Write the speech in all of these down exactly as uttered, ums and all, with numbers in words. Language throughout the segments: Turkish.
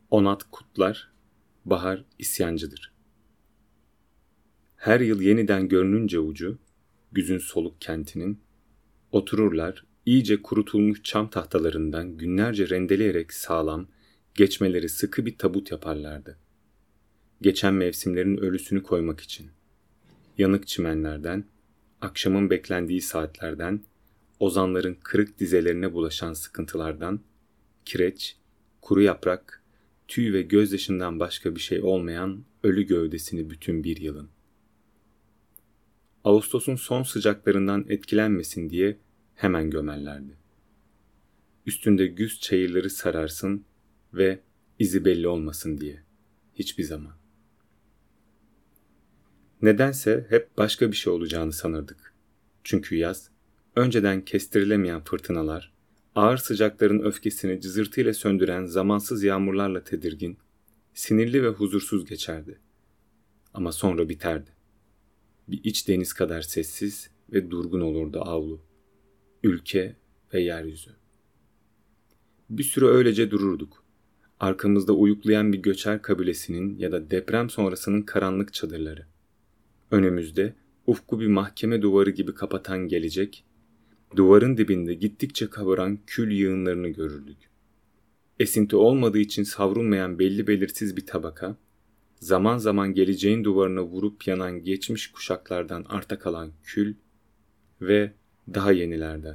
Onat kutlar, bahar isyancıdır. Her yıl yeniden görününce ucu, güzün soluk kentinin, otururlar, iyice kurutulmuş çam tahtalarından günlerce rendeleyerek sağlam, geçmeleri sıkı bir tabut yaparlardı. Geçen mevsimlerin ölüsünü koymak için. Yanık çimenlerden, akşamın beklendiği saatlerden, ozanların kırık dizelerine bulaşan sıkıntılardan, kireç, kuru yaprak, tüy ve gözyaşından başka bir şey olmayan ölü gövdesini bütün bir yılın. Ağustos'un son sıcaklarından etkilenmesin diye hemen gömerlerdi. Üstünde güz çayırları sararsın ve izi belli olmasın diye. Hiçbir zaman. Nedense hep başka bir şey olacağını sanırdık. Çünkü yaz, önceden kestirilemeyen fırtınalar, ağır sıcakların öfkesini cızırtıyla söndüren zamansız yağmurlarla tedirgin, sinirli ve huzursuz geçerdi. Ama sonra biterdi. Bir iç deniz kadar sessiz ve durgun olurdu avlu, ülke ve yeryüzü. Bir süre öylece dururduk. Arkamızda uyuklayan bir göçer kabilesinin ya da deprem sonrasının karanlık çadırları. Önümüzde ufku bir mahkeme duvarı gibi kapatan gelecek, duvarın dibinde gittikçe kabaran kül yığınlarını görürdük. Esinti olmadığı için savrulmayan belli belirsiz bir tabaka, zaman zaman geleceğin duvarına vurup yanan geçmiş kuşaklardan arta kalan kül ve daha yenilerden.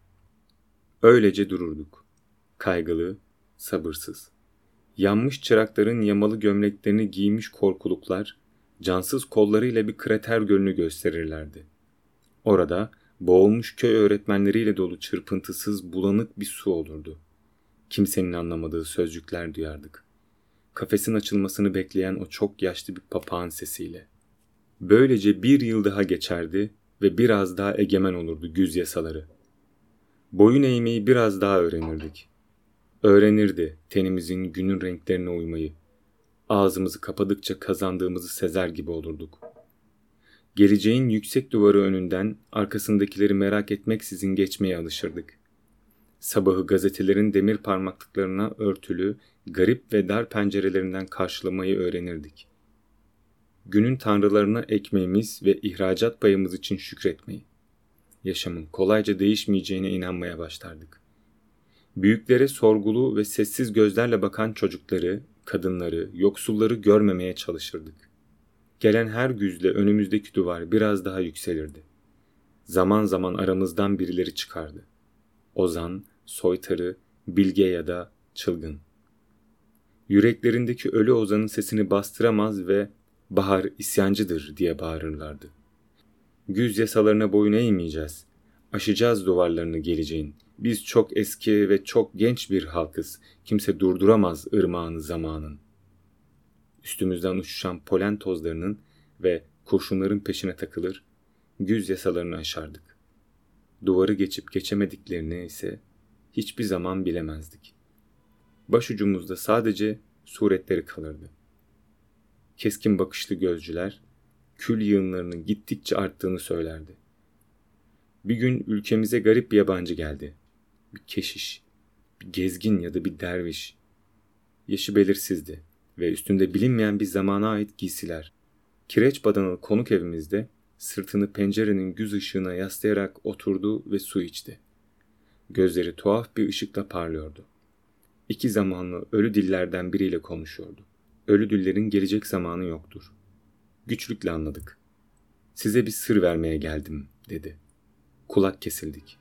Öylece dururduk. Kaygılı, sabırsız. Yanmış çırakların yamalı gömleklerini giymiş korkuluklar, cansız kollarıyla bir krater gölünü gösterirlerdi. Orada boğulmuş köy öğretmenleriyle dolu çırpıntısız bulanık bir su olurdu. Kimsenin anlamadığı sözcükler duyardık. Kafesin açılmasını bekleyen o çok yaşlı bir papağan sesiyle. Böylece bir yıl daha geçerdi ve biraz daha egemen olurdu güz yasaları. Boyun eğmeyi biraz daha öğrenirdik. Öğrenirdi tenimizin günün renklerine uymayı. Ağzımızı kapadıkça kazandığımızı sezer gibi olurduk. Geleceğin yüksek duvarı önünden arkasındakileri merak etmeksizin geçmeye alışırdık. Sabahı gazetelerin demir parmaklıklarına örtülü, garip ve dar pencerelerinden karşılamayı öğrenirdik. Günün tanrılarına ekmeğimiz ve ihracat payımız için şükretmeyi. Yaşamın kolayca değişmeyeceğine inanmaya başlardık. Büyüklere sorgulu ve sessiz gözlerle bakan çocukları, kadınları, yoksulları görmemeye çalışırdık. Gelen her güzle önümüzdeki duvar biraz daha yükselirdi. Zaman zaman aramızdan birileri çıkardı. Ozan, soytarı, bilge ya da çılgın. Yüreklerindeki ölü ozanın sesini bastıramaz ve bahar isyancıdır diye bağırırlardı. Güz yasalarına boyun eğmeyeceğiz. Aşacağız duvarlarını geleceğin. Biz çok eski ve çok genç bir halkız. Kimse durduramaz ırmağını zamanın. Üstümüzden uçuşan polen tozlarının ve kurşunların peşine takılır, güz yasalarını aşardık. Duvarı geçip geçemediklerini ise hiçbir zaman bilemezdik. Başucumuzda sadece suretleri kalırdı. Keskin bakışlı gözcüler, kül yığınlarının gittikçe arttığını söylerdi. Bir gün ülkemize garip bir yabancı geldi. Bir keşiş, bir gezgin ya da bir derviş. Yaşı belirsizdi ve üstünde bilinmeyen bir zamana ait giysiler. Kireç badanalı konuk evimizde sırtını pencerenin güz ışığına yaslayarak oturdu ve su içti. Gözleri tuhaf bir ışıkla parlıyordu. İki zamanlı ölü dillerden biriyle konuşuyordu. Ölü dillerin gelecek zamanı yoktur. Güçlükle anladık. Size bir sır vermeye geldim, dedi. Kulak kesildik.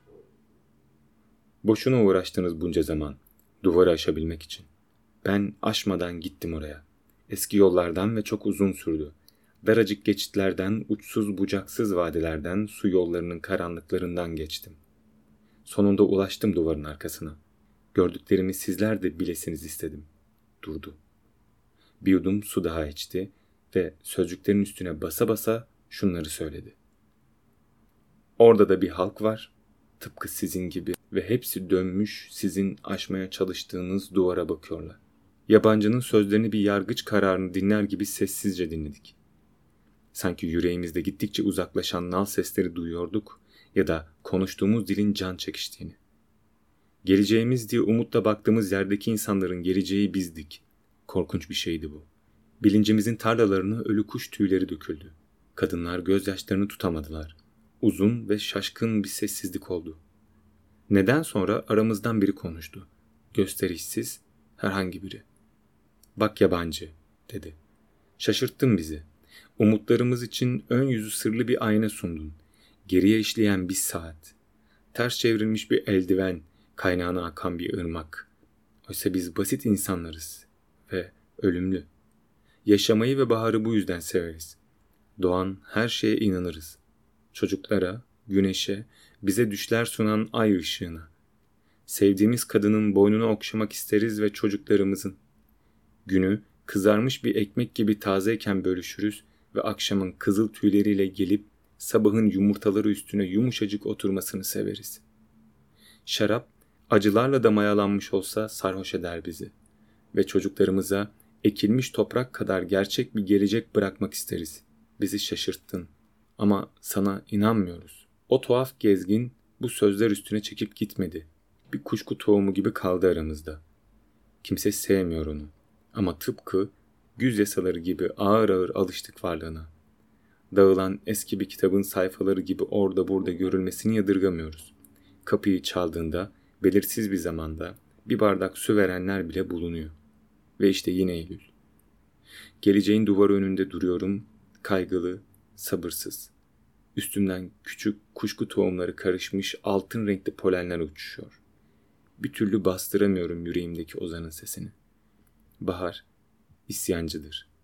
Boşuna uğraştınız bunca zaman, duvarı aşabilmek için. Ben aşmadan gittim oraya. Eski yollardan ve çok uzun sürdü. Daracık geçitlerden, uçsuz bucaksız vadilerden, su yollarının karanlıklarından geçtim. Sonunda ulaştım duvarın arkasına. Gördüklerimi sizler de bilesiniz istedim. Durdu. Bir yudum su daha içti ve sözcüklerin üstüne basa basa şunları söyledi. Orada da bir halk var, tıpkı sizin gibi ve hepsi dönmüş sizin aşmaya çalıştığınız duvara bakıyorlar. Yabancının sözlerini bir yargıç kararını dinler gibi sessizce dinledik. Sanki yüreğimizde gittikçe uzaklaşan nal sesleri duyuyorduk ya da konuştuğumuz dilin can çekiştiğini. Geleceğimiz diye umutla baktığımız yerdeki insanların geleceği bizdik. Korkunç bir şeydi bu. Bilincimizin tarlalarına ölü kuş tüyleri döküldü. Kadınlar gözyaşlarını tutamadılar. Uzun ve şaşkın bir sessizlik oldu. Neden sonra aramızdan biri konuştu. Gösterişsiz, herhangi biri. "Bak yabancı," dedi. "Şaşırttın bizi. Umutlarımız için ön yüzü sırlı bir ayna sundun. Geriye işleyen bir saat. Ters çevrilmiş bir eldiven, kaynağına akan bir ırmak. Oysa biz basit insanlarız ve ölümlü. Yaşamayı ve baharı bu yüzden severiz. Doğan her şeye inanırız. Çocuklara, güneşe, bize düşler sunan ay ışığına. Sevdiğimiz kadının boynunu okşamak isteriz ve çocuklarımızın. Günü kızarmış bir ekmek gibi tazeyken bölüşürüz ve akşamın kızıl tüyleriyle gelip sabahın yumurtaları üstüne yumuşacık oturmasını severiz. Şarap acılarla da mayalanmış olsa sarhoş eder bizi ve çocuklarımıza ekilmiş toprak kadar gerçek bir gelecek bırakmak isteriz. Bizi şaşırttın ama sana inanmıyoruz." O tuhaf gezgin bu sözler üstüne çekip gitmedi. Bir kuşku tohumu gibi kaldı aramızda. Kimse sevmiyor onu ama tıpkı güz yasaları gibi ağır ağır alıştık varlığına. Dağılan eski bir kitabın sayfaları gibi orada burada görülmesini yadırgamıyoruz. Kapıyı çaldığında belirsiz bir zamanda bir bardak su verenler bile bulunuyor. Ve işte yine Eylül. Geleceğin duvarı önünde duruyorum, kaygılı, sabırsız. Üstümden küçük kuşku tohumları karışmış altın renkli polenler uçuşuyor. Bir türlü bastıramıyorum yüreğimdeki ozanın sesini. Bahar isyancıdır.